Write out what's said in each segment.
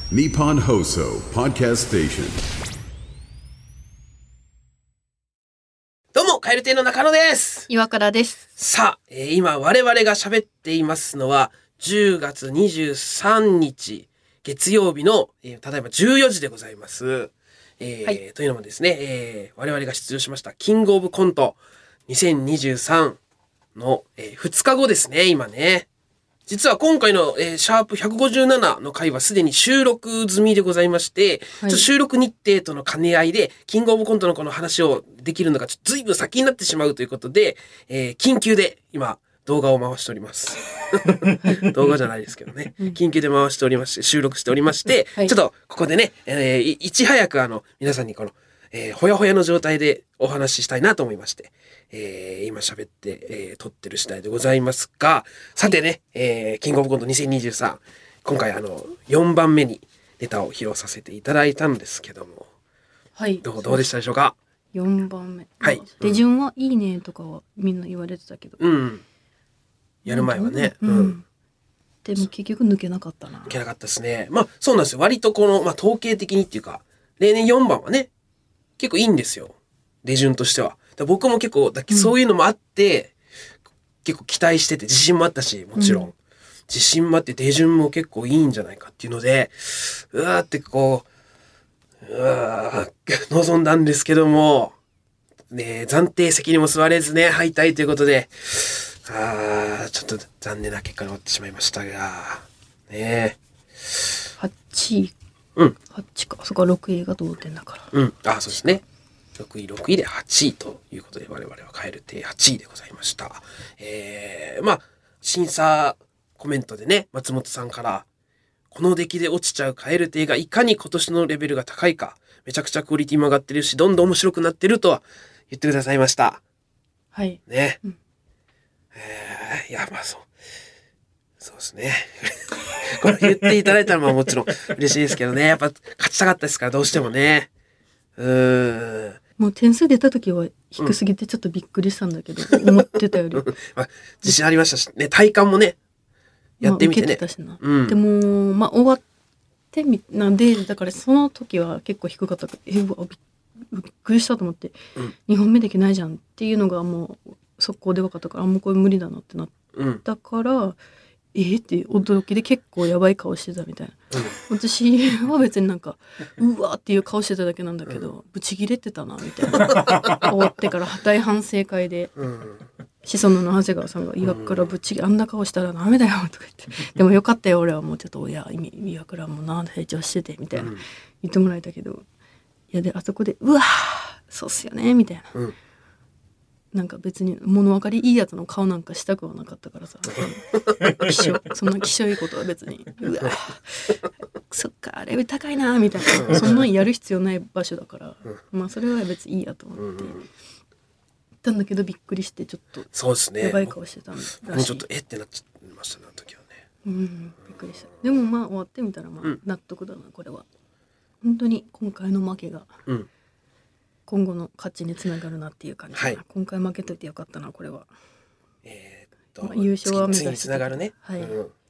Nippon Hoso Podcast Station。 どうも、蛙亭の中野です。 岩倉です。 さあ、今我々が喋っていますのは10月23日月曜日の、ただいま14時でございます。はい、というのもですね、我々が出場しましたキングオブコント2023の、2日後ですね、今ね。実は今回の、シャープ157の回はすでに収録済みでございまして、 はい、 ちょっと収録日程との兼ね合いで、キングオブコントのこの話をできるのがちょっと随分先になってしまうということで、緊急で今動画を回しております。動画じゃないですけどね。緊急で回しておりまして、収録しておりまして、はい、ちょっとここでね、いち早く皆さんにこの、ほやほやの状態でお話ししたいなと思いまして、今喋って、撮ってる次第でございますが、さてね、キングオブコント2023、今回4番目にネタを披露させていただいたんですけども、 はい、 どうでしたでしょうか。 4番目。 はい。 手順はいいねとかはみんな言われてたけど。 うん。やる前はね。 うん。でも結局抜けなかったな。 抜けなかったですね。まあそうなんですよ。割とこの、統計的にっていうか、例年4番はね、結構いいんですよ。手順としては。僕も結構そういうのもあって、結構期待してて自信もあったし、もちろん、自信もあって手順も結構いいんじゃないかっていうので、望んだんですけども、ね、暫定席にも座れずね、敗退ということで、ちょっと残念な結果に終わってしまいましたが、ね。 8位。8か。そこは6位が同点だから。 そうですね。6位で8位ということで我々は蛙亭8位でございました。審査コメントでね、松本さんからこの出来で落ちちゃう蛙亭がいかに今年のレベルが高いか、めちゃくちゃクオリティも上がってるし、どんどん面白くなってるとは言ってくださいました。 はい。 ね。いや、そうですね。これ言っていただいたのはもちろん嬉しいですけどね。やっぱ勝ちたかったですから、どうしてもね。 もう点数出た時は低すぎてちょっとびっくりしたんだけど、思ってたより自信ありましたしね、体感もねやってみてね、 受けてたしな。でも終わってなんで、だからその時は結構低かったからびっくりしたと思って、2本目できないじゃんっていうのがもう速攻で分かったから、もうこれ無理だなってなったから、って驚きで結構やばい顔してたみたいな、私は別になんかうわーっていう顔してただけなんだけど、ブチギレてたなみたいな終わってから大反省会で、シソンヌの長谷川さんが岩倉ぶっちぎあんな顔したらダメだよとか言ってでもよかったよ俺はもうちょっと岩倉もな成長しててみたいな言ってもらえたけど、いやであそこでうわーそうっすよねみたいな、なんか別に物分かりいいやつの顔なんかしたくはなかったからさそんな気象いいことは別にうわそっかレベル高いなみたいな、そんなんやる必要ない場所だから、それは別にいいやと思ってたんだけど、びっくりしてちょっとそうですね、 やばい顔してたんだし、 もうちょっとってなっちゃいましたね、あの時はね。 びっくりした。でも終わってみたら納得だな、これは本当に今回の負けが、今後の勝ちにつながるなっていう感じ、今回負けといてよかったなこれは。優勝は目指して次につながるね。 はい。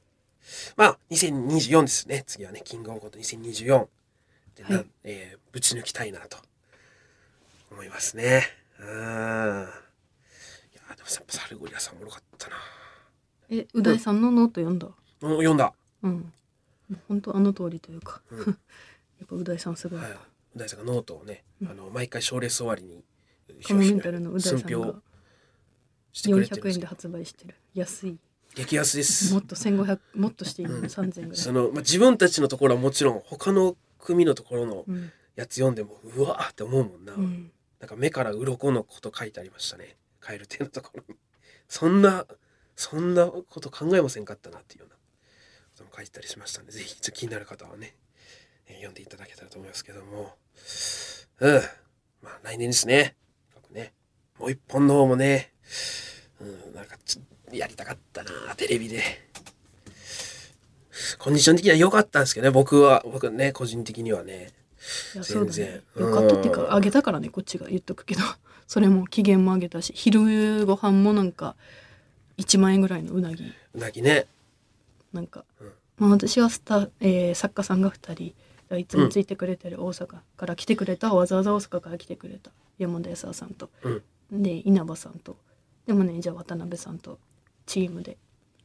2024ですね。次はね、キングオブコント2024で、ぶち抜きたいなと思いますね。いやでもやっぱサルゴリラさんおもろかったな。 う大さんのノート読んだ？ 読んだ。 本当あの通りというか、やっぱう大さんすごい。 う大さんがノートをね、毎回賞レース終わりにカモメンタルのう大さんが400円で発売してる。安い。 激安です。 もっと1500もっとしていいの、3000円ぐらい。 自分たちのところはもちろん他の組のところのやつ読んでもうわーって思うもんな。なんか目から鱗のこと書いてありましたね。蛙亭のところにそんなこと考えませんかったなっていうようなことも書いてたりしましたので、ぜひ気になる方はね、読んでいただけたらと思いますけども、来年ですね。もう一本の方もね、なんかやりたかったな、テレビで。コンディション的には良かったんですけどね、僕ね、個人的にはね。 いや全然よかったっていうか、あげたからね、こっちが言っとくけどそれも期限もあげたし、昼ご飯もなんか1万円ぐらいのうなぎね、 なんかまあ、私は作家さんが2人いつもついてくれてる大阪から来てくれた、わざわざ大阪から来てくれた山田康さんと、で稲葉さんとでマネージャー渡辺さんとチームで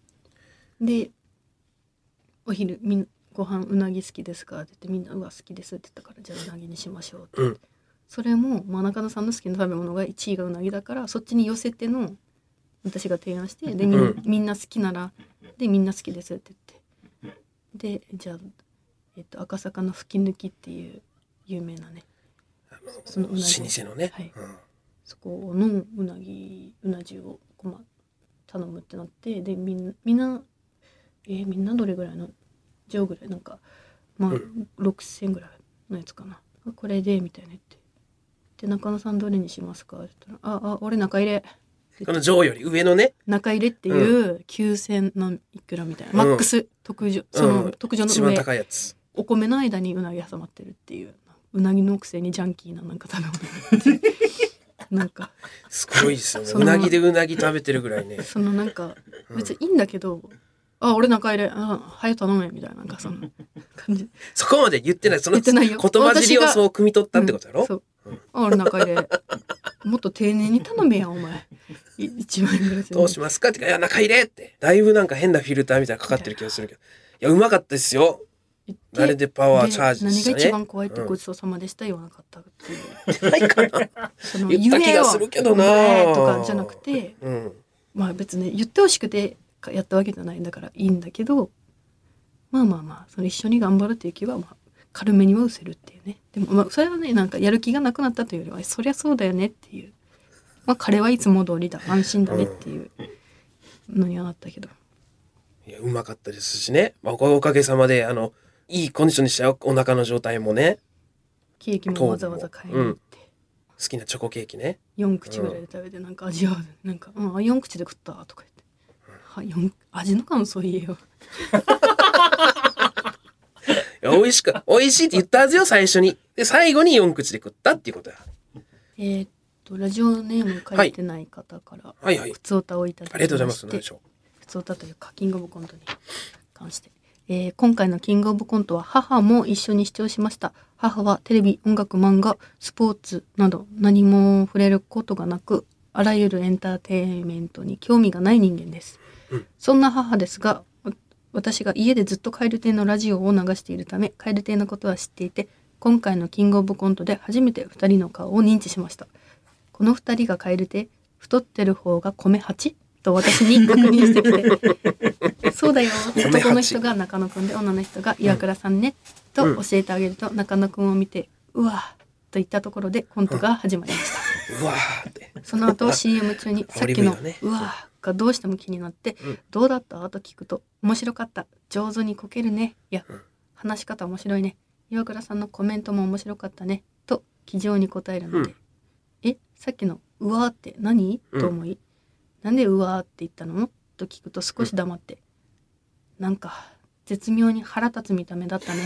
お昼ご飯うなぎ好きですかって言ってみんなうわ好きですって言ったからじゃあうなぎにしましょうって、それも、まあ、中野さんの好きな食べ物が1位がうなぎだからそっちに寄せての私が提案してでみんな好きならでみんな好きですって言ってでじゃあ、赤坂の吹き抜きっていう有名なねそのうなぎ老舗のね、 はいそこのうな重を頼むってなってでみんなどれぐらいの上ぐらいなんかまあ、6000ぐらいのやつかなこれでみたいな言ってで中野さんどれにしますかって言ったら俺中入れこの上より上のね中入れっていう9000のいくらみたいな、マックス特上その特上の一番上高いやつお米の間にうなぎ挟まってるっていううなぎのくせにジャンキーななんか食べ物なんかすごいですよねうなぎでうなぎ食べてるぐらいねそのなんか別にいいんだけど、俺中入れ早頼めみたいななんかその感じそこまで言ってないその言ってないよ言葉尻をそう汲み取ったってことやろ、 そう俺中入れもっと丁寧に頼めやお前1万円ぐらいどうしますかってかいや中入れってだいぶなんか変なフィルターみたいなかかってる気がするけどいやうまかったですよあれでパワーチャージしたね何が一番怖いってごちそうさまでした言わなかったっていうないかなその言った気がするけどなとかじゃなくて、まあ別に言ってほしくてやったわけじゃないんだからいいんだけどまあその一緒に頑張るっていう気はまあ軽めには失せるっていうねでもまあそれはねなんかやる気がなくなったというよりはそりゃそうだよねっていうまあ彼はいつも通りだ安心だねっていうのにはなったけど、 いやうまかったですしね、まあ、おかげさまでいいコンディションにしたよお腹の状態もねケーキもわざわざ買いに行って、 好きなチョコケーキね 4口ぐらいで食べてなんか味わうなんか4口で食ったとか言って、味の感想言えよいや美味しいって言ったはずよ最初にで最後に4口で食ったっていうことやラジオネーム書いてない方から普通歌をいただきまして、 ありがとうございます普通歌というかキングオブコントに関して、今回のキングオブコントは母も一緒に視聴しました。母はテレビ、音楽、漫画、スポーツなど何も触れることがなくあらゆるエンターテインメントに興味がない人間です、そんな母ですが私が家でずっと蛙亭のラジオを流しているため蛙亭のことは知っていて今回のキングオブコントで初めて2人の顔を認知しました。この2人が蛙亭太ってる方が米8と私に確認してきてそうだよ男の人が中野くんで女の人が岩倉さんね、と教えてあげると中野くんを見てうわと言ったところでコントが始まりました、 うわーってその後 CM 中にさっきのうわーがどうしても気になって、どうだったと聞くと面白かった上手にこけるねいや、話し方面白いね岩倉さんのコメントも面白かったねと気丈に答えるので、さっきのうわーって何と思い、なんでうわーって言ったのと聞くと少し黙って、なんか絶妙に腹立つ見た目だったね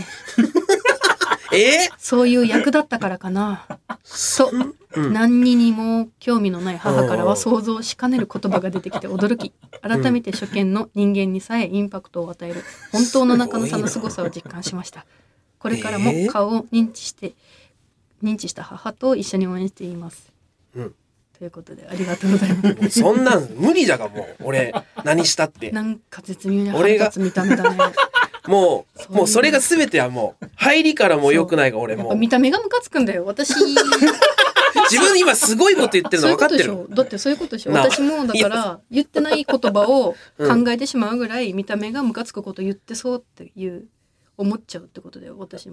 そういう役だったからかなと、何にも興味のない母からは想像しかねる言葉が出てきて驚き改めて初見の人間にさえインパクトを与える本当の中野さんの凄さを実感しました。これからも顔を認知した母と一緒に応援しています、ということでありがとうございます。 そんなん無理だがもう俺何したってなんか絶妙に腹立つ見た目だねもうそれが全てはもう入りからもう良くないが俺も見た目がムカつくんだよ私自分今すごいこと言ってるの分かってるだってそういうことでしょ私もだから言ってない言葉を考えてしまうぐらい見た目がムカつくこと言ってそうっていう思っちゃうってことだよ私も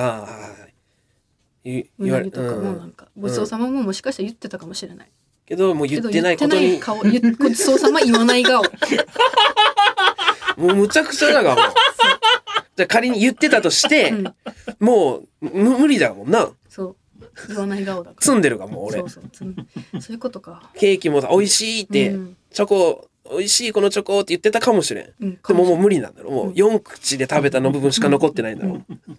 うなぎとかもなんか、ごちそうさまももしかしたら言ってたかもしれないけどもう言ってないことにごちそうさま言わない顔もうむちゃくちゃだがもうじゃあ仮に言ってたとして、もう無理だもんなそう言わない顔だから積んでるがもう俺そういうことかケーキも美味しいって、チョコ美味しいこのチョコって言ってたかもしれん、でももう無理なんだろもう4口で食べたの部分しか残ってないんだろ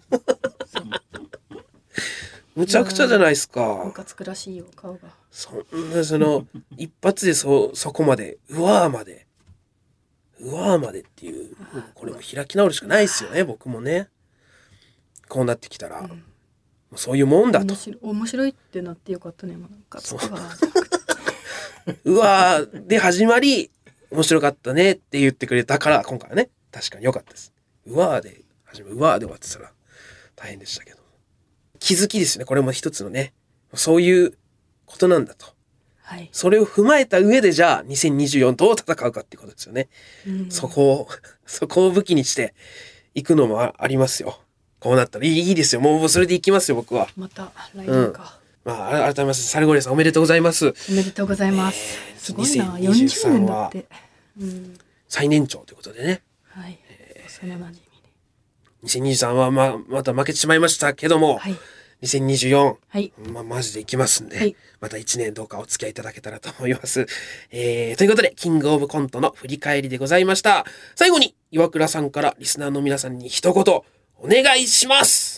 むちゃくちゃじゃないですか。 ムカつくらしいよ顔が。 そんな一発でそこまでうわーまでうわーまでっていう、これも開き直るしかないですよね、僕もね。こうなってきたら、もうそういうもんだと。 面白いってなってよかったね。なんかそううわーで始まり、面白かったねって言ってくれたから、今回はね、確かに良かったです。うわーで始まる、うわーで終わってたら大変でしたけど。気づきですね、これも一つのね。そういうことなんだと。 はい。 それを踏まえた上でじゃあ2024どう戦うかっていうことですよね。そこを武器にしていくのもありますよ。こうなったらいいですよ。もうそれでいきますよ、僕は。 また来年か。 まあ、改めまして、サルゴリラさんおめでとうございます。 おめでとうございます。すごいな、40 2023 年だって。 最年長ということでね。 はい。幼馴染みで。 2023はまた負けてしまいましたけども、 はい。 2024、 はい。 マジでいきますんで、 はい、 また1年どうかお付き合いいただけたらと思います。ということで、キングオブコントの振り返りでございました。最後に、岩倉さんからリスナーの皆さんに一言、お願いします。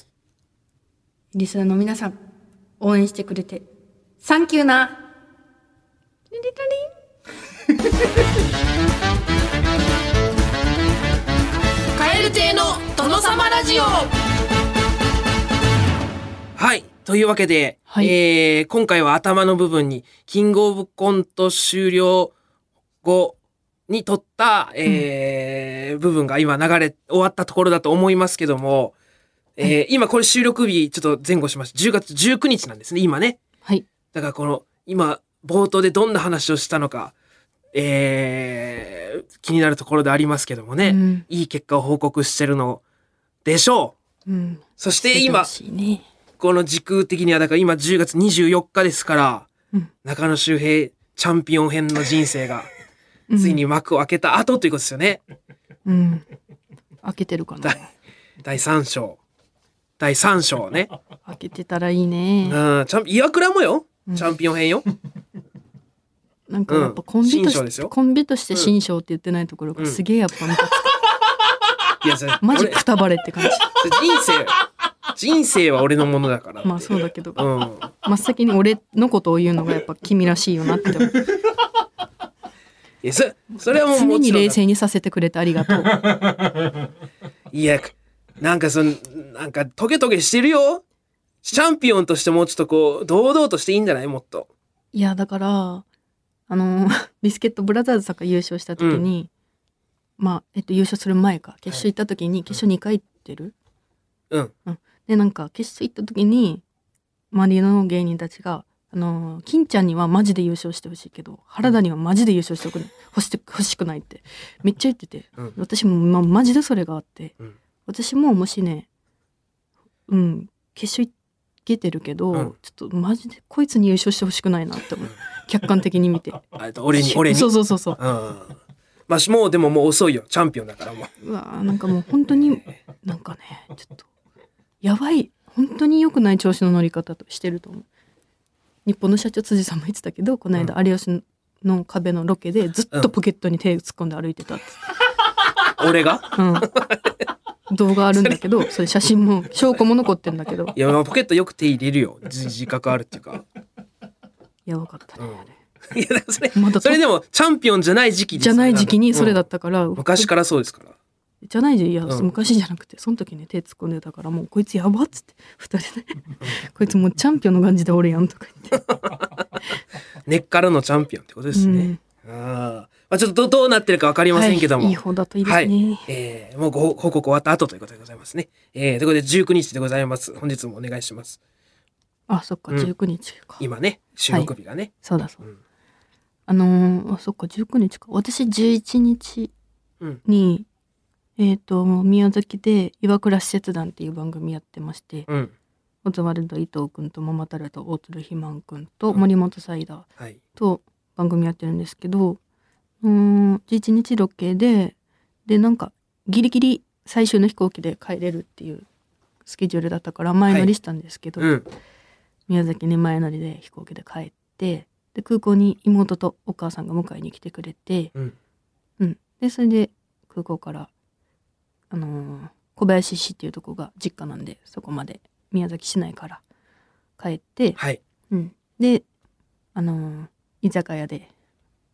リスナーの皆さん、応援してくれて、サンキューな。リリリリカエル亭の殿様ラジオ。はい。というわけで、 はい、 今回は頭の部分に、キングオブコント終了後に撮った、部分が今終わったところだと思いますけども、今これ収録日ちょっと前後しました。10月19日なんですね、今ね。 はい。 だから今、冒頭でどんな話をしたのか、気になるところでありますけどもね、いい結果を報告してるのでしょう。そして今、この時空的にはだから今10月24日ですから、中野周平チャンピオン編の人生がついに幕を開けた後ということですよね。 開けてるかな。 第3章。第3章ね。 開けてたらいいね。 岩倉もよ。チャンピオン編よ。 なんかやっぱコンビとして新章って言ってないところがすげえやっぱムカつく。いやマジくたばれって感じ。 人生は俺のものだから。 まあそうだけど、真っ先に俺のことを言うのがやっぱ君らしいよなって思う。 いやそれはもう常に冷静にさせてくれてありがとう。 いやなんかトゲトゲしてるよ。チャンピオンとしてもうちょっとこう堂々としていいんじゃないもっと。 いやだからビスケットブラザーズさんが優勝した時に、優勝する前か決勝行った時に、決勝2回行ってる。でなんか決勝行った時に周りの芸人たちが金ちゃんにはマジで優勝してほしいけど原田にはマジで優勝してほしくないってめっちゃ言ってて、私も、マジでそれがあって、私ももしね決勝行けてるけど、ちょっとマジでこいつに優勝してほしくないなって思う。客観的に見て俺にそう、 まあもう遅いよ。チャンピオンだからもう。 うわなんかもう本当になんかねちょっとやばい、本当に良くない調子の乗り方としてると思う。日本の社長辻さんも言ってたけど、この間有吉の壁のロケでずっとポケットに手突っ込んで歩いてたって、 俺が、 動画あるんだけど、それ写真も証拠も残ってんだけど、 いやポケットよく手入れるよ。自覚あるっていうか。 やばかったね、 いやそれでもチャンピオンじゃない時期です、 じゃない時期にそれだったから、 昔からそうですから。 じゃないじゃん、いや、昔じゃなくてその時ね手突っ込んでたから、もうこいつやばっつって2人でこいつもうチャンピオンの感じで俺やんとか言って根っからのチャンピオンってことですね。ちょっとどうなってるか分かりませんけども、 いい方だといいですね。 もう報告終わった後ということでございますね。ということで19日でございます。本日もお願いします。 あ、そっか、19日か。 今ね、収録日がね。 そうだそう。そっか、19日か。私11日に、宮崎で岩倉使節団っていう番組やってまして、オズワルド伊藤君とママタルト大鶴ひまん君と森本サイダーと番組やってるんですけど、11日ロケでなんかギリギリ最終の飛行機で帰れるっていうスケジュールだったから前乗りしたんですけど、宮崎に前乗りで飛行機で帰って、で空港に妹とお母さんが迎えに来てくれて、でそれで空港から小林市っていうとこが実家なんで、そこまで宮崎市内から帰って、で居酒屋で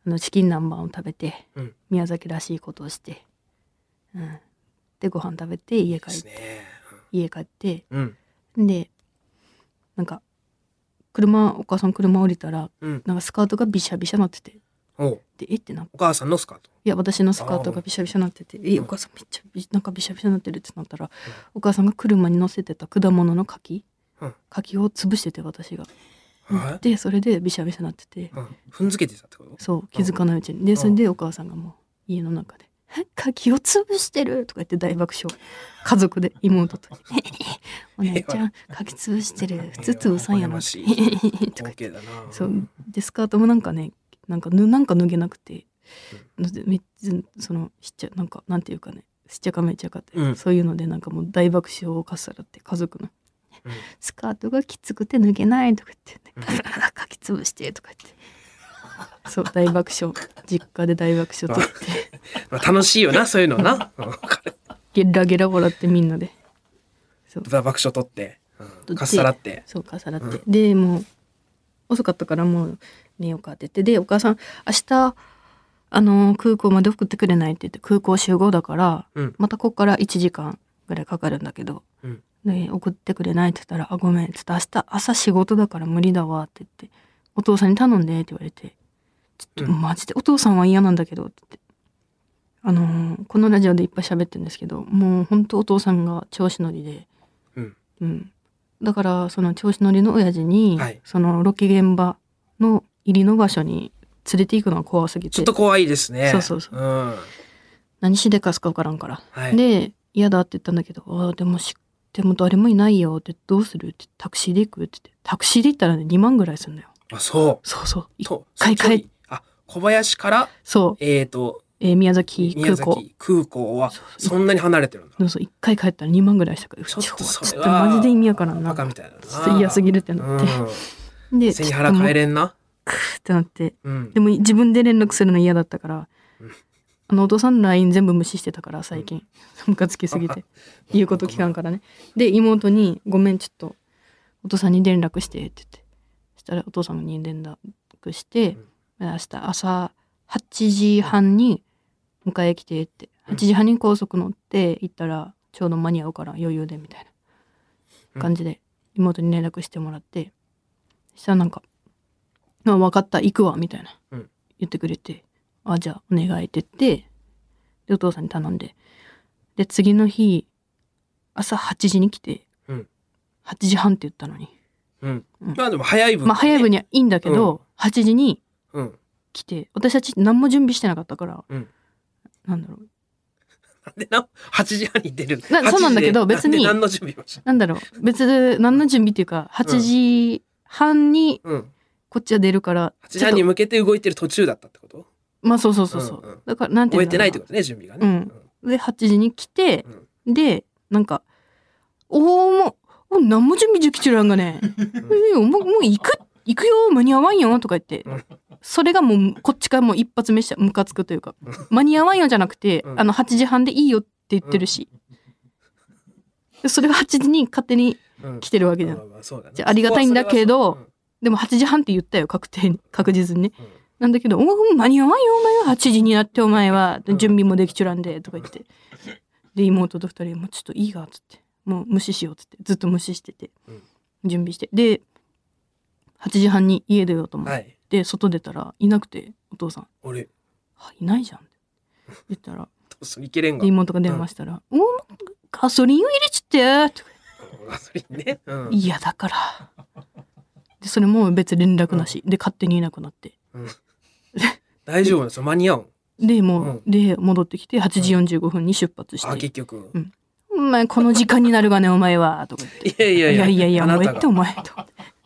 チキン南蛮を食べて、 うん宮崎らしいことをして、でご飯食べて家帰って、 ですね。 家帰ってうんでなんかお母さん車降りたら、 うん。 なんかスカートがビシャビシャなってて、 おうでってなって、 お母さんのスカート。 いや私のスカートがビシャビシャなってて、お母さんめっちゃなんかビシャビシャなってるってなったら、お母さんが車に乗せてた果物の柿を潰してて、私が。 はい。 でそれでビシャビシャなってて、 踏んづけてたってこと？ そう気づかないうちに。でそれでお母さんがもう家の中で「柿を潰してる!」とか言って大爆笑。家族で妹と「お姉ちゃん柿潰してる、普通潰さんやな」とか言って光景だな。 そうでスカートもなんかねなんか脱げなくて、めっちゃそのなんかなんていうかねしっちゃかめっちゃかって、そういうのでなんかもう大爆笑をかっさらって家族の、スカートがきつくて脱げないとか言って、かき潰してとか言って、そう大爆笑、実家で大爆笑取ってまあ楽しいよなそういうのな。 ゲラゲラ笑ってみんなで、そう爆笑取って、かっさらって。 そうかっさらって、でもう遅かったからもう寝ようかって言って、でお母さん明日空港まで送ってくれないって言って、空港集合だから、またこっから1時間ぐらいかかるんだけど、で送ってくれないって言ったら「ごめん」ちょっと明日朝仕事だから無理だわって言って「お父さんに頼んで」って言われて「ちょっとマジでお父さんは嫌なんだけど」って言って、このラジオでいっぱい喋ってるんですけど、もうほんとお父さんが調子乗りで、だからその調子乗りの親父に、そのロケ現場の入りの場所に連れて行くのが怖すぎて、 ちょっと怖いですね。 そう、何しでかすか分からんから、で嫌だって言ったんだけど、でも誰もいないよってどうするって、タクシーで行くって言って、タクシーで行ったらね2万ぐらいするんだよ。そう一回帰って小林から宮崎空港はそんなに離れてるんだ。 そう一回帰ったら2万ぐらいしたから、 ちょっとそれはマジで意味わからんな、 バカみたいなな、 ちょっと嫌すぎるってなって、で背に腹帰れんなクーってなって、でも自分で連絡するの嫌だったから、お父さんの LINE 全部無視してたから最近、ムカつきすぎて言うこと聞かんからね。で妹に「ごめんちょっとお父さんに連絡して」って言って、そしたらお父さんに連絡して「明日朝8時半に迎え来て」って、8時半に高速乗って行ったらちょうど間に合うから余裕でみたいな感じで妹に連絡してもらって、そしたらなんか「分かった行くわ」みたいな言ってくれて、じゃあお願いって言って、でお父さんに頼んで、で次の日朝8時に来て、8時半って言ったのに、 まあでも早い分、 早い分にはいいんだけど、8時に来て、私たち何も準備してなかったから、なんだろう、 なんで8時半に出るそうなんだけど、別に何の準備をした、 なんだろう、別で何の準備っていうか、8時半にこっちは出るから、 8時半に向けて動いてる途中だったってこと？ そう、だからなんていうの、 終えてないってことね、準備がね。 で8時に来て、でなんかもう何も準備できちゃらんがねもう行くよ間に合わんよとか言って、それがもうこっちからもう一発目したムカつくというか、間に合わんよじゃなくて、8時半でいいよって言ってるし、それが8時に勝手に来てるわけじゃん。じゃあありがたいんだけど、でも8時半って言ったよ、確実にね。なんだけど、間に合わんよお前は、8時になってお前は準備もできちゃらんでとか言って、で妹と2人もうちょっといいがっつって、もう無視しようっつってずっと無視してて、準備して、で8時半に家出ようと思って、外出たらいなくて、お父さんいないじゃんって言ったらで妹が電話したら「ガソリンを入れちって」とか、 ガソリンね、 いやだからで、それも別連絡なしで勝手にいなくなって、 大丈夫なんですよ、間に合うでもう、で戻ってきて8時45分に出発して、 結局、 お前この時間になるがねお前はとか言って、いやもうえってお前と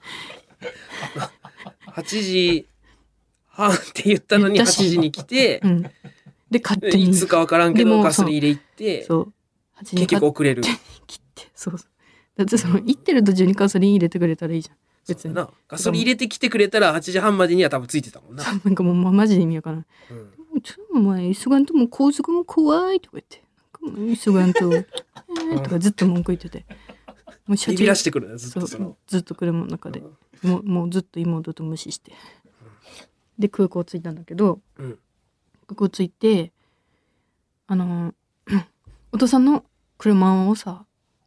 8時半って言ったのに8時に来て、 で勝手にいつか分からんけどガソリン入れ行って、結局遅れる切って、そうだってその行ってる途中にガソリン入れてくれたらいいじゃん、別にガソリン入れてきてくれたら8時半までには多分ついてたもんな。 なんかもうマジで意味わからん、ちょっとお前急がんともう高速も怖いとか言って、急がんととかずっと文句言ってて、 もうビビらしてくるね、ずっとずっと車の中で、もうずっと妹と無視して、 で空港着いたんだけど、 うん。 空港着いてお父さんの車をさ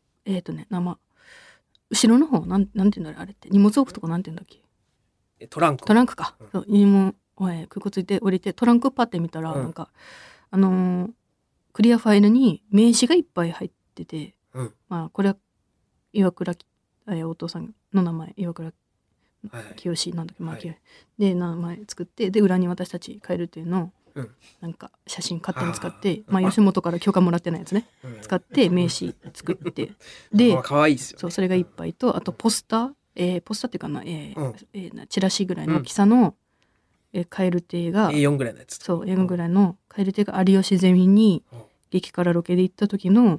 後ろの方なんて言うんだろうあれって荷物置くとこなんて言うんだっけ。 トランク。 トランクか、そう空港着いて降りてトランクパッて見たら、なんかクリアファイルに名刺がいっぱい入ってて、まあこれは岩倉お父さんの名前岩倉清なんだっけ、まあで名前作ってで裏に私たち帰るっていうのを、なんか写真勝手に使ってまあ吉本から許可もらってないやつね、使って名刺作ってで可愛いっすよね。 そうそれがいっぱいとあとポスターっていうかなチラシぐらいの大きさの蛙亭が A4 ぐらいのやつ。 そう A4 ぐらいの蛙亭が有吉ゼミに激辛ロケで行った時の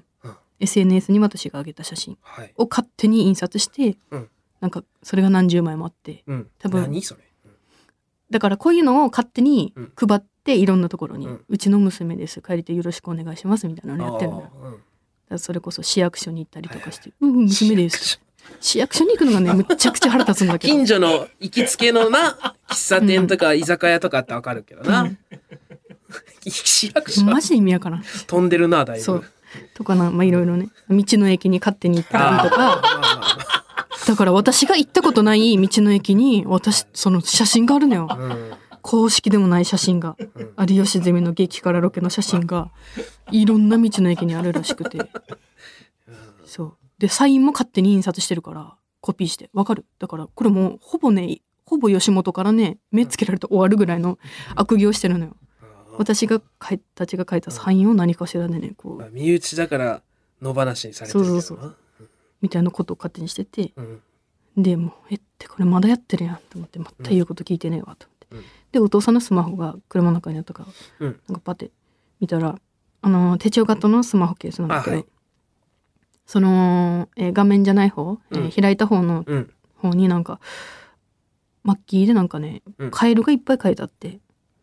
SNS に私が上げた写真を勝手に印刷して、なんかそれが何十枚もあって、多分何それ。 だからこういうのを勝手に配っていろんなところに、うちの娘です帰りてよろしくお願いしますみたいなのやってるのよ。だからそれこそ市役所に行ったりとかして、娘です市役所に行くのがねむっちゃくちゃ腹立つんだけど近所の行きつけのな喫茶店とか居酒屋とかってわかるけどな、市役所マジで意味わからん。 飛んでるなだいぶ。 そうとかな、まあいろいろね道の駅に勝手に行ったりとかだから私が行ったことない道の駅にその写真があるのよ、公式でもない写真が、有吉ゼミの激辛ロケの写真がいろんな道の駅にあるらしくて、そうでサインも勝手に印刷してるからコピーしてわかる。だからこれもうほぼ吉本からね目つけられて終わるぐらいの悪行してるのよ。私たちが書いたサインを何かしらでねこう身内だから野放しにされてるけどな。そうみたいなことを勝手にしてて、でもうってこれまだやってるやんと思ってまた言うこと聞いてねえわと思って、でお父さんのスマホが車の中にあったから、なんかパッて見たら手帳型のスマホケースなんだけど、その、画面じゃない方、開いた方の方になんかマッキーでなんかね、カエルがいっぱい書いてあって、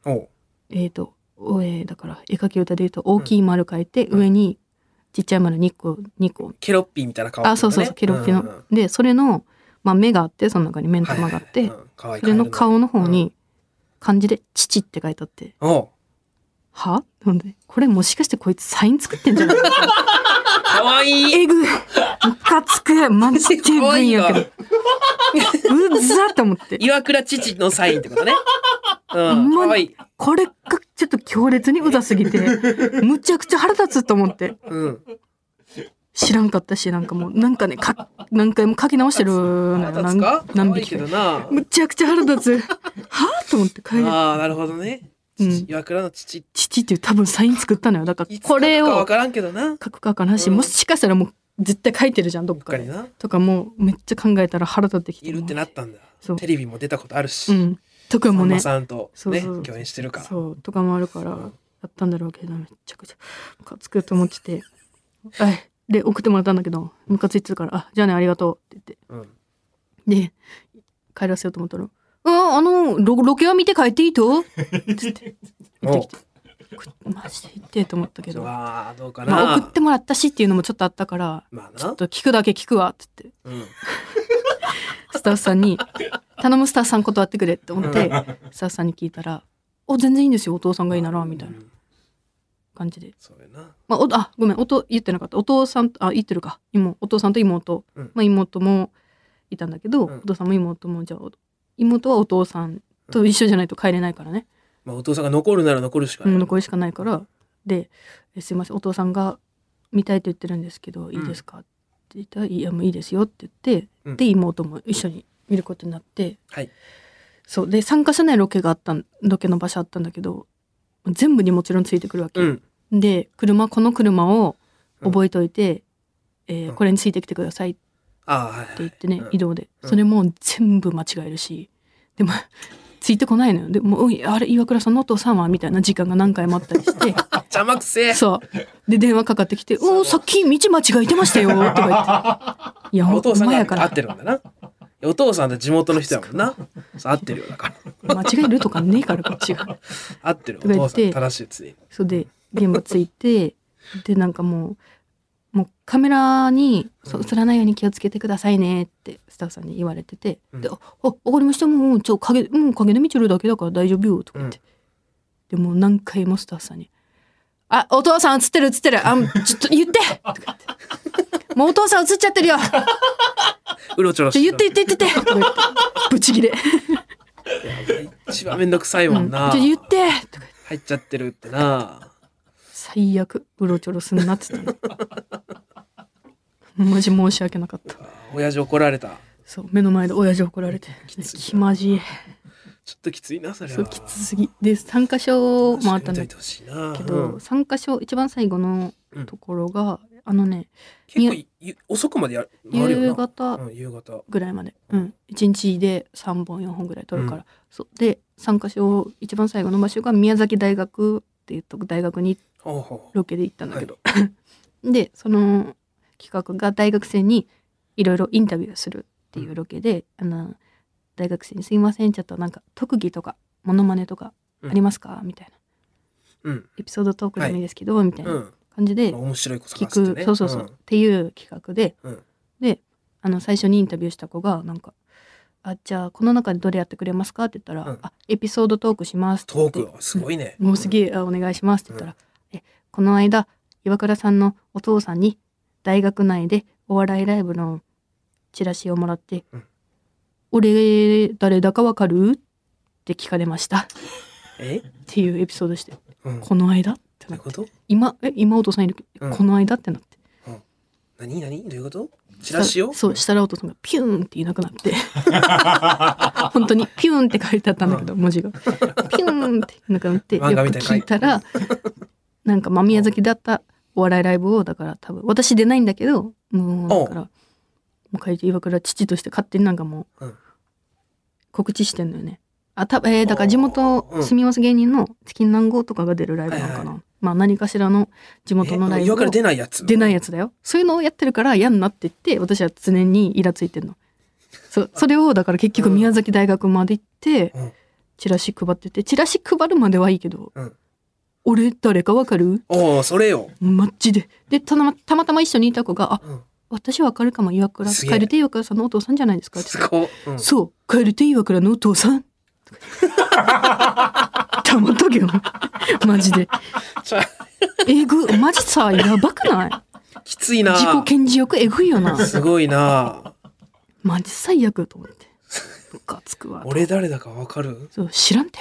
だから絵描き歌で言うと大きい丸書いて、上にちっちゃい丸2個ケロッピーみたいな顔、 ね、そうケロッピーの、でそれの、まあ、目があってその中に目ん玉があって、それの顔の方に漢字で「父」って書いてあって、はなんでこれもしかしてこいつサイン作ってんじゃないかかわいい。 えぐムカつくマジでえぐいんやけどうざって思って。 岩倉父のサインってことね。かわいい。 これがちょっと強烈にうざすぎてむちゃくちゃ腹立つと思って、知らんかったしなんかもうなんかね何回も書き直してるのよ。何匹かむちゃくちゃ腹立つはぁと思って帰る。 なるほどね。岩倉の父っていう多分サイン作ったのよ。だからこれを書くか分からんけどな、 書くか分からんし、もしかしたらもう絶対書いてるじゃんどっかでとかもうめっちゃ考えたら腹立ってきて、 いるってなったんだ。テレビも出たことあるし、 とかもねさんまさんとね共演してるからそうとかもあるからやったんだろうけどめっちゃくちゃムカつくと思っててで送ってもらったんだけどムカついてるからじゃあねありがとうって言って、で帰らせようと思ったらロケは見て帰っていいとって言って言ってきてマジで言ってと思ったけど、 どうかな、 送ってもらったしっていうのもちょっとあったから、ちょっと聞くだけ聞くわって言って、スタッフさんに頼むスタッフさん断ってくれって思ってスタッフさんに聞いたら全然いいんですよお父さんがいいならみたいな感じで、ごめん言ってなかった。お父さん言ってるかお父さんと妹、妹もいたんだけど、お父さんも妹もじゃあ妹はお父さんと一緒じゃないと帰れないからね、 お父さんが残るなら残るしかない、 残るしかないからですいませんお父さんが見たいと言ってるんですけど、いいですかって言ったらいやもういいですよって言って、で妹も一緒に見ることになって、そうで参加者ないロケの場所あったんだけど全部にもちろんついてくるわけ、でこの車を覚えといて、これについてきてくださいって言ってね、移動でそれも全部間違えるし、でもついてこないのよ。でもあれ岩倉さんのお父さんはみたいな時間が何回もあったりして邪魔くせえ。 そうで電話かかってきてさっき道間違えてましたよとか言っていやお父さんが合ってるんだな。お父さんって地元の人やもんな。合ってるよだから間違えるとかねえからこっちが合ってるお父さん正しいやつで。 そうで現場着いてでなんかももうカメラに映らないように気をつけてくださいねってスタッフさんに言われてて、で、わかりました、もう影で見てるだけだから大丈夫よとか言って、でもう何回もスタッフさんにお父さん映ってるちょっと言ってとか言ってもうお父さん映っちゃってるようろちょろして言ってとか言ってブチギレ一番めんどくさいもんな、 言ってとか入っちゃってるってな。 最悪うろちょろすんなっつったのマジ申し訳なかった。 親父怒られた。 そう目の前で親父怒られて気まじい。 ちょっときついなそれは。 そうきつすぎで参加賞もあったんだけど、参加賞一番最後のところが、 結構遅くまで夕方ぐらいまで、1日で3本4本ぐらい撮るから、そうで参加賞一番最後の場所が宮崎大学っていう大学にロケで行ったんだけど、でその企画が大学生にいろいろインタビューするっていうロケで、大学生にすいませんちょっとなんか特技とかモノマネとかありますか、みたいな、エピソードトークでもいいですけど、みたいな感じで面白いこと聞く、そうっていう企画で、で最初にインタビューした子がなんかじゃあこの中でどれやってくれますかって言ったら、エピソードトークしますってトークすごいね、 もうすげえお願いしますって言ったら、この間岩倉さんのお父さんに大学内でお笑いライブのチラシをもらって、俺誰だかわかるって聞かれましたっていうエピソードして、この間ってなって、今お父さんいるけど、この間ってなって、 何どういうこと？チラシを？ そうしたらお父さんがピューンっていなくなって本当にピューンって書いてあったんだけど、文字がピューンっていなくなって、よく聞いたらなんか宮崎だったお笑いライブを、だから多分私出ないんだけど、もうだからもう書いて岩倉父として勝手になんかもう告知してんのよね。だから地元住みます芸人のチキン南郷とかが出るライブなのかな、何かしらの地元のライブ、 岩倉出ないやつだよ。そういうのをやってるから嫌になってって、私は常にイラついてんの。それをだから結局宮崎大学まで行って、チラシ配ってて、チラシ配るまではいいけど、俺誰かわかる？ それよマッチで。でたまたま一緒にいた子が私わかるかも、岩倉蛙亭岩倉さんのお父さんじゃないですかって言って、そう蛙亭岩倉のお父さんたまっとけよマジでマジさやばくない？ きついな。 自己顕示欲えぐいよな。 すごいな。 マジ最悪と思って、ムカつくわ。 俺誰だかわかる？ そう知らんて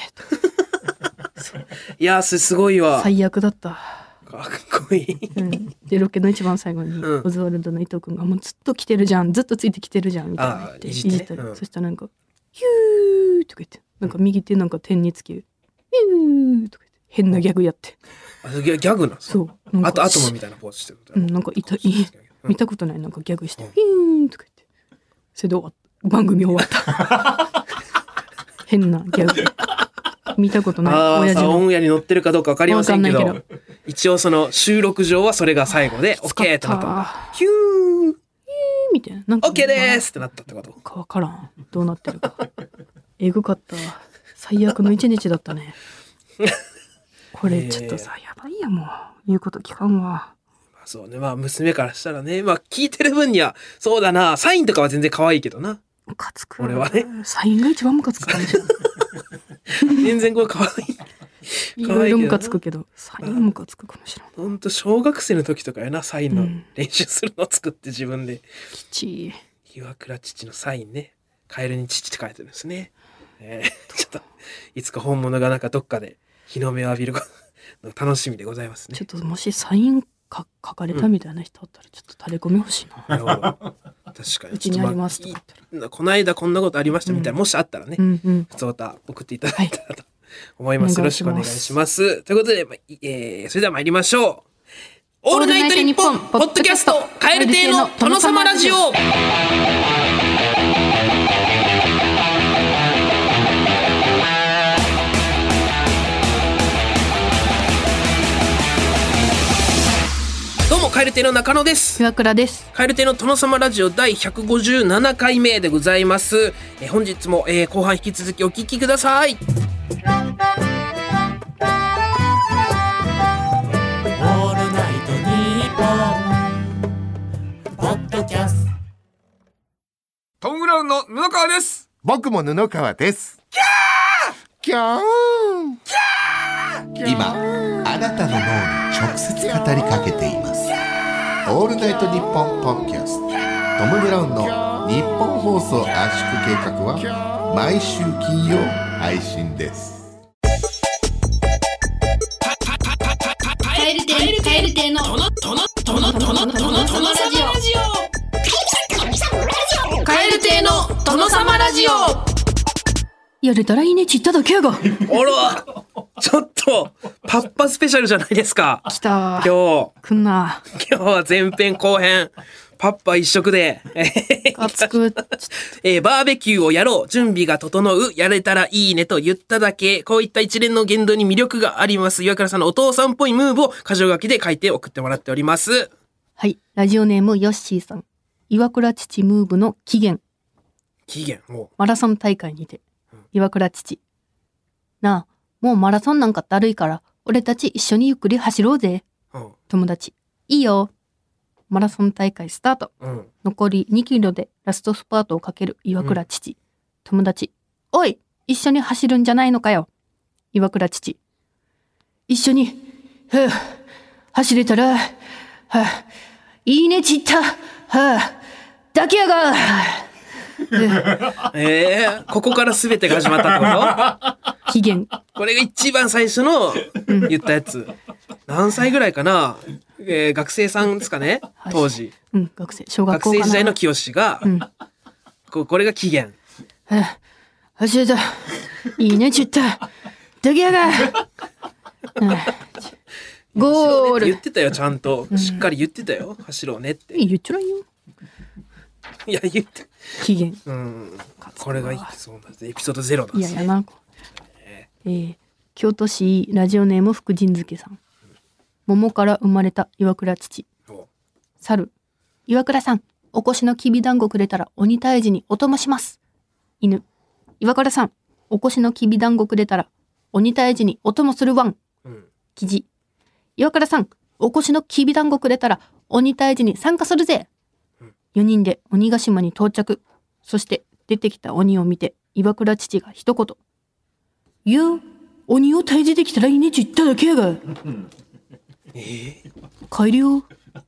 いやすごいわ。 最悪だった。 かっこいい、 でロケの一番最後に、オズワルドの伊藤君がもうずっと来てるじゃん、ずっとついてきてるじゃんみたいな言っていじったり、そしたらなんかヒューとか言って、なんか右手なんか点につけるヒューとか言って変なギャグやって、 ギャグなんですか？そう、あとアトムみたいなポーズしてる。 なんか見たことない、なんかギャグしてヒューとか言って、それで番組終わった変なギャグで見たことない。親父のオンエアに載ってるかどうか分かりませんけど、一応その収録上はそれが最後で OK ってなった。ヒューみたいな、 OK ですってなったってことか分からん、どうなってるかえぐかった。最悪の一日だったねこれちょっとさ、やばいや、もう言うこと聞かんわ。 そうね、娘からしたらね、聞いてる分にはそうだな、サインとかは全然可愛いけどな。 ムカつく。 俺はね、 サインが一番ムカつくかもしれない全然これ可愛い。 いろいろムカつくけど、サインムカつくかもしれない。 ほんと小学生の時とかやな、サインの練習するのを作って自分で。 きちい。 岩倉父のサインね、カエルに父って書いてるんですね。ちょっといつか本物がなんかどっかで日の目を浴びるの楽しみでございますね。 ちょっともしサイン書かれたみたいな人あったらちょっと垂れ込み欲しいな。 確かに。 うちにありますとか言ったら、 この間こんなことありましたみたいな、もしあったらね、普通歌送っていただいたらと思います。よろしくお願いします。ということで、それでは参りましょう。オールナイトニッポンポッドキャスト、カエル亭の殿様ラジオ。どうも、カエル亭の中野です。 岩倉です。 カエル亭の殿様ラジオ第157回目でございます。本日も、後半引き続きお聞きください。 オールナイトニッポンッドキャスト。 トム・ブラウンの布川です。 僕も布川です。キャー今あなたの脳に直接語りかけています。オールナイトニッポンポッドキャスト、トム・ブラウンの日本放送圧縮計画は毎週金曜配信です。 蛙亭のトノラジオ。蛙亭の殿様ラジオ。 やれたらいいねちっただけやが。 あら、ちょっとパッパスペシャルじゃないですか。 来た。 今来んな。 日は前編後編パッパ一色で熱くバーベキューをやろう、準備が整う、やれたらいいねと言っただけ、こういった一連の言動に魅力があります岩倉さんのお父さんっぽいムーブを箇条書きで書いて送ってもらっております。 はい、ラジオネームヨッシーさん。岩倉父ムーブの起源。マラソン大会にて岩倉父、なあ、もうマラソンなんかだるいから俺たち一緒にゆっくり走ろうぜ。友達、いいよ。マラソン大会スタート。残り2キロでラストスパートをかける岩倉父。友達、おい、一緒に走るんじゃないのかよ。岩倉父、一緒に走れたらいいねちっただけやが。 ここから全てが始まったってこと？ 起源。 これが一番最初の言ったやつ。何歳ぐらいかな、学生さんですかね当時。 小学校かな。 学生時代の清が、これが起源。 走れた。いいねちっただけやが。ゴール。 言ってたよ、ちゃんと。しっかり言ってたよ。走ろうねって。 言っちゃないよ。 いや、言って。 起源。 これがそうなんです。エピソード0なんですね。 いやな。京都市ラジオネーム福神漬けさん。桃から生まれた岩倉父。猿。岩倉さん、お越しのきびだんごくれたら鬼退治にお供します。犬。岩倉さん、お越しのきびだんごくれたら鬼退治にお供するワン。キジ。岩倉さん、お越しのきびだんごくれたら鬼退治に参加するぜ。4人で鬼ヶ島に到着。そして出てきた鬼を見て岩倉父が一言。いや、鬼を退治できたらいいねって言っただけやが。帰るよ。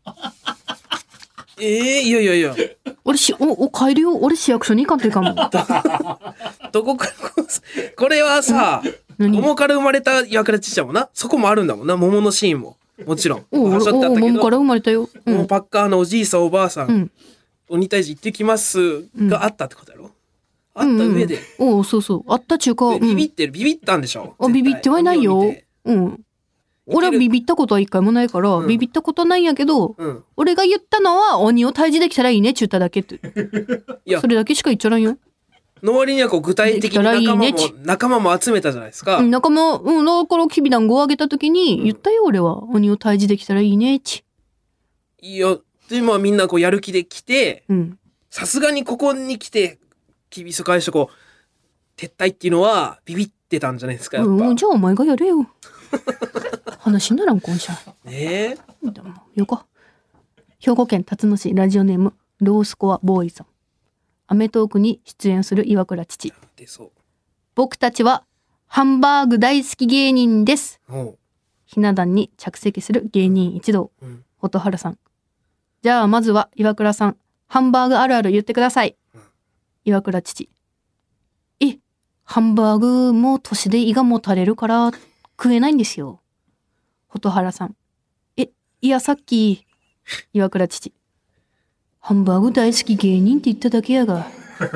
いや。 俺帰るよ。俺市役所に行かんといかんもん。 どこからこれはさ、桃から生まれた岩倉父ちゃんもな、そこもあるんだもんな、桃のシーンも。もちろん。 桃から生まれたよ。 もうパッカーのおじいさんおばあさん、鬼退治行ってきますがあったってことやろ。あった上で。 そう。あった中華。 ビビったんでしょ。 ビビってはいないよ。俺はビビったことは一回もないから、ビビったことないんやけど、俺が言ったのは鬼を退治できたらいいねって言っただけって。それだけしか言っちゃらんよ。 の割には具体的に仲間も集めたじゃないですか。 仲間、だからきびだんごをあげた時に言ったよ、俺は。鬼を退治できたらいいねって。 いや、で、みんなやる気で来て、さすがにここに来て、厳しく返して撤退っていうのはビビってたんじゃないですか、やっぱ。 じゃあお前がやれよ。話にならん、今社。よか。兵庫県辰野市ラジオネーム、ロースコアボーイさん。アメトークに出演する岩倉父。僕たちはハンバーグ大好き芸人です。ひな壇に着席する芸人一同。蛍原さん。じゃあまずは岩倉さん、ハンバーグあるある言ってください。岩倉父。ハンバーグも年で胃がもたれるから食えないんですよ。蛍原さん。いやさっき、岩倉父。ハンバーグ大好き芸人って言っただけやが。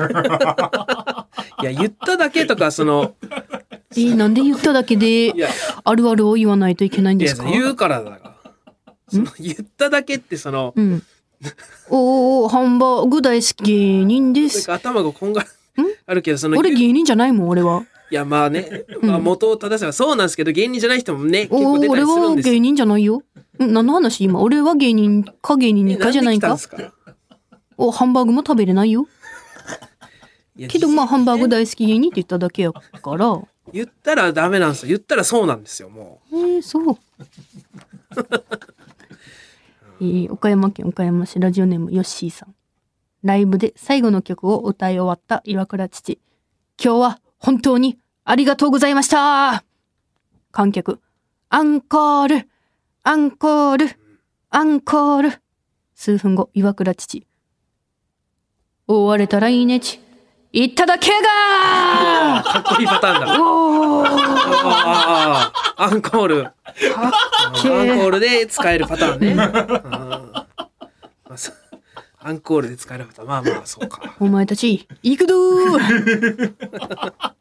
いや、言っただけとか、 なんで言っただけで、あるあるを言わないといけないんですか？ 言うからだから。言っただけってハンバーグ大好き芸人です。 頭がこんがあるけど、 俺芸人じゃないもん、俺は。 いや、元を正せばそうなんですけど、芸人じゃない人もね、結構出たりするんですよ。 俺は芸人じゃないよ。何の話今？俺は芸人か芸人かじゃないか。ハンバーグも食べれないよ。けどハンバーグ大好き芸人って言っただけやから。 言ったらダメなんですよ。言ったらそうなんですよ、もう。 そう。 岡山県岡山市ラジオネームヨッシーさん。ライブで最後の曲を歌い終わった岩倉父。今日は本当にありがとうございました。観客。アンコール、アンコール、アンコール。数分後、岩倉父。終われたらいいねち。いただけやがかっこいいパターンだ。 おーアンコール。 かっアンコけーールで使えるパターンね。アンコールで使えるパターン。まあまあ、そうか。 お前たち、行くどーか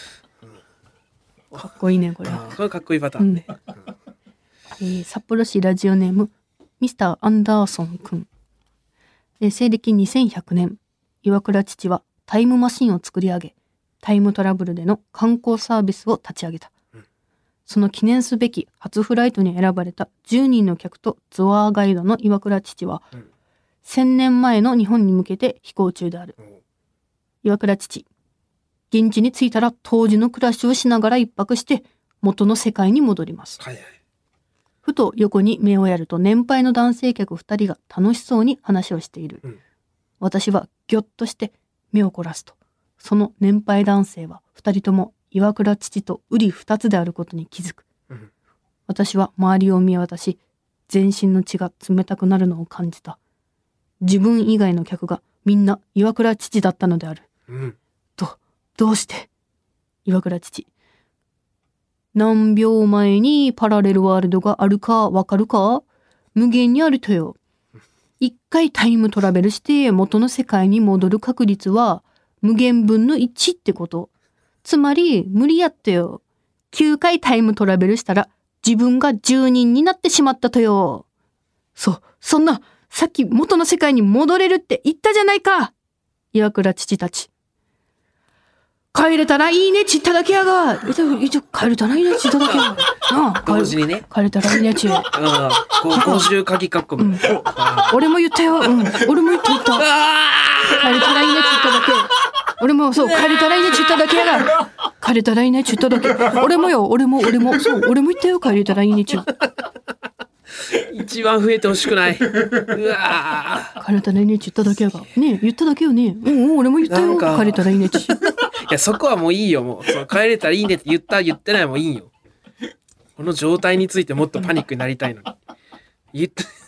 っこいいね、これ。 これかっこいいパターンね。 札幌市ラジオネームミスター・アンダーソンくん。西暦2100年、岩倉父はタイムマシンを作り上げ、タイムトラブルでの観光サービスを立ち上げた。その記念すべき初フライトに選ばれた10人の客とツアーガイドの岩倉父は、1000年前の日本に向けて飛行中である。岩倉父。現地に着いたら当時の暮らしをしながら一泊して元の世界に戻ります。 はいはい。 ふと横に目をやると年配の男性客2人が楽しそうに話をしている。私はぎょっとして目を凝らすと、その年配男性は2人とも岩倉父と瓜二つであることに気づく。私は周りを見渡し、全身の血が冷たくなるのを感じた。自分以外の客がみんな岩倉父だったのである。どうして岩倉父。何秒前にパラレルワールドがあるかわかるか？無限にあるとよ。一回タイムトラベルして元の世界に戻る確率は無限分の1ってこと。つまり無理やったよ。9回タイムトラベルしたら自分が10人になってしまったとよ。そんな、さっき元の世界に戻れるって言ったじゃないか。岩倉父たち。帰れたらいいねちっただけやが。帰れたらいいねちっただけやが。 同時にね。 帰れたらいいねち。 50鍵括弧みたいな。 俺も言ったよ。俺も言った。帰れたらいいねちっただけ。俺もそう、帰れたらいいねちっただけやが。帰れたらいいねちっただけ。俺もよ、俺も。そう、俺も言ったよ。帰れたらいいねち。 一番増えてほしくない。うわ帰れたらいいねち言っただけやが。ねえ、言っただけよね。俺も言ったよ。帰れたらいいねち。 いや、そこはもういいよ。もうそう帰れたらいいねって言ってないもいいよ。この状態についてもっとパニックになりたいのに。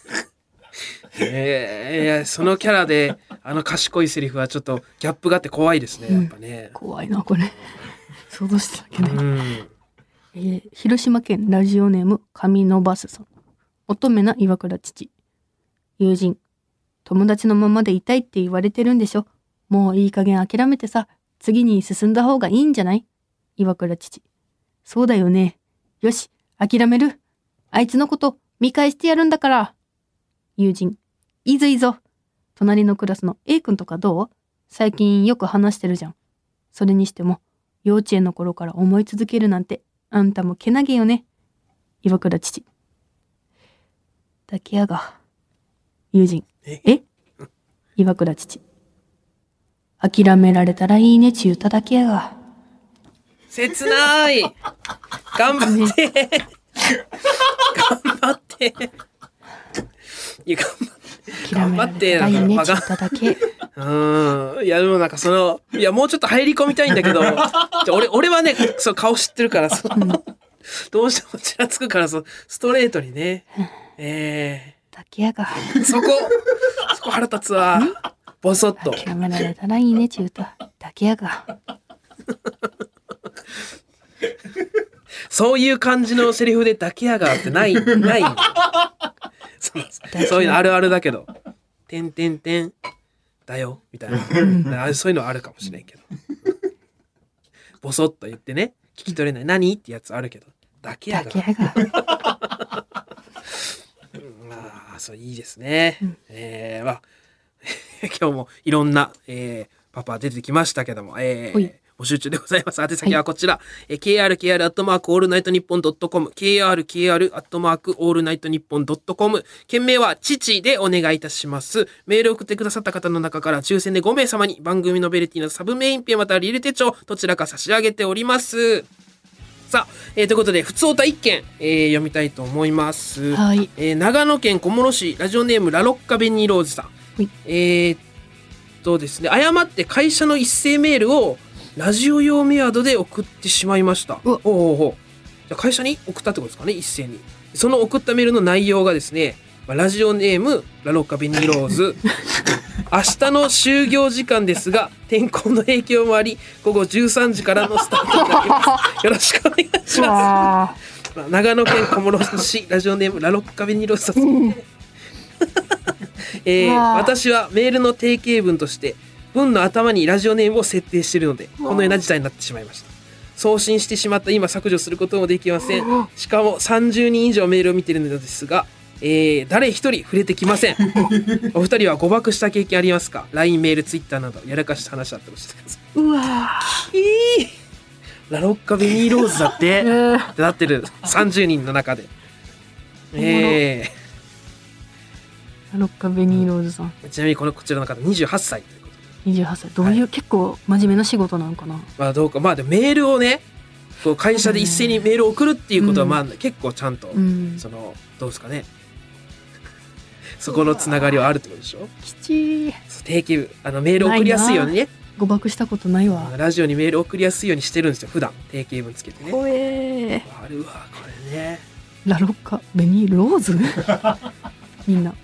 いや、そのキャラで賢いセリフはちょっとギャップがあって怖いですね。やっぱね。 怖いなこれ。想像しただけで。広島県ラジオネーム上野バスさん。乙女な岩倉父。友人。友達のままでいたいって言われてるんでしょ。もういい加減諦めてさ、次に進んだ方がいいんじゃない？岩倉父。そうだよね。よし、諦める。あいつのこと見返してやるんだから。友人。いいぞ。隣のクラスの A 君とかどう？最近よく話してるじゃん。それにしても、幼稚園の頃から思い続けるなんて、あんたもけなげよね。岩倉父。抱きやが。友人。岩倉父。諦められたらいいねち言うただけやが。 切ない。頑張って。頑張って。いや、頑張って。 諦められたらいいねち言っただけ。 いや、でもなんかいや、もうちょっと入り込みたいんだけど、俺はね、そう、顔知ってるから、どうしてもちらつくから、ストレートにね。 だけやが。 そこ腹立つわ。ボソッと。 諦められたらいいねち言うただけやが。 そういう感じのセリフでだけやがってないそういうのあるあるだけど。てんてんてんだよみたいな。そういうのあるかもしれんけど。ボソッと言ってね、聞き取れない。何ってやつあるけど。だけやが。そういいですね。今日もいろんな、パパ出てきましたけども、募集中でございます。宛先はこちら、krkr@allnightnippon.com krkr@allnightnippon.com 件名は父でお願いいたします。メールを送ってくださった方の中から抽選で5名様に番組ノベルティのサブメインペンまたはリール手帳どちらか差し上げております。 さあ、ということで、ふつおた1件、読みたいと思います。 はい。 長野県小諸市、ラジオネームラロッカベニーローズさん。 はいですね、誤って会社の一斉メールをラジオ用メアドで送ってしまいました。 うわじゃあ会社に送ったってことですかね、一斉に。その送ったメールの内容がですね、ラジオネームラロッカベニーローズ明日の就業時間ですが天候の影響もあり午後13時からのスタートになりますよろしくお願いします。長野県小諸市ラジオネームラロッカベニーローズさん私はメールの定型文として文の頭にラジオネームを設定しているのでこのような事態になってしまいました。送信してしまった今削除することもできません。しかも30人以上メールを見ているのですが、誰一人触れてきません。お二人は誤爆した経験ありますか？ LINE メール Twitter などやらかした話あって教えてください。 うわラロッカベニーローズだってってなってる30人の中でラロッカベニーローズさん。 ちなみにこちらの方28歳ということ 28歳。どういう、 はい結構真面目な仕事なのかな。 どうかでメールをねこう会社で一斉にメールを送るっていうことは結構ちゃんと、どうですかねそこのつながりはあるってことでしょ。 きち定型メールを送りやすいようにね誤爆したことないわ。 ラジオにメールを送りやすいようにしてるんですよ普段定型文つけてね。 怖えあるわこれね。 ラロッカベニーローズみんな、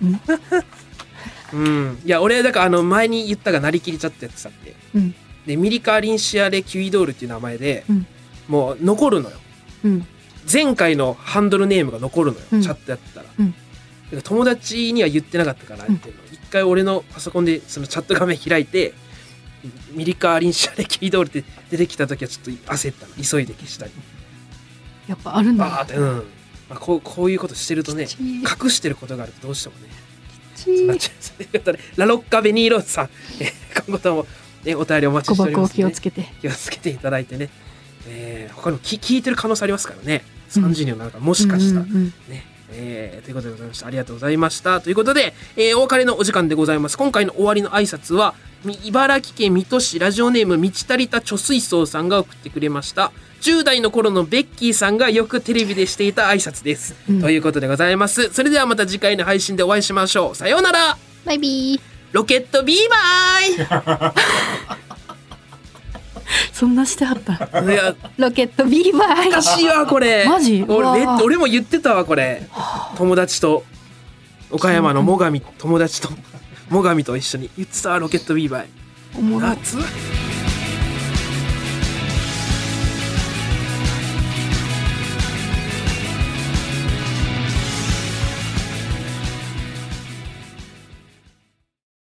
いや俺だから前に言ったがなりきりチャットやってたってでミリカ・リンシアレ・キュイドールっていう名前で、もう残るのよ、前回のハンドルネームが残るのよ、チャットやってたら、だから友達には言ってなかったからっていうの一回俺のパソコンでそのチャット画面開いてミリカ・リンシアレ・キュイドールって出てきた時はちょっと焦ったの急いで消したりやっぱあるんだ。 こういうことしてるとね隠してることがあるとどうしてもねちなっちゃう。ということでラロッカベニーローズさん、今後とも、お便りお待ち誤爆をしておりますので、 気をつけて。 気をつけていただいてね、他にも聞いてる可能性ありますからね30人の中もしかしたら、ねということでございました。ありがとうございましたということで、お別れのお時間でございます。今回の終わりの挨拶は茨城県水戸市ラジオネーム満ち足りた貯水槽さんが送ってくれました。10代の頃のベッキーさんがよくテレビでしていた挨拶です、ということでございます。それではまた次回の配信でお会いしましょう。さようなら。 バイビー。 ロケットビーバそんなしてはったイいやロケットビーバイ。 難しいわこれ。 マジうわー俺も言ってたわこれ。友達と岡山の友達と一緒に言ってたわロケットビーバイ。 おもろい。 夏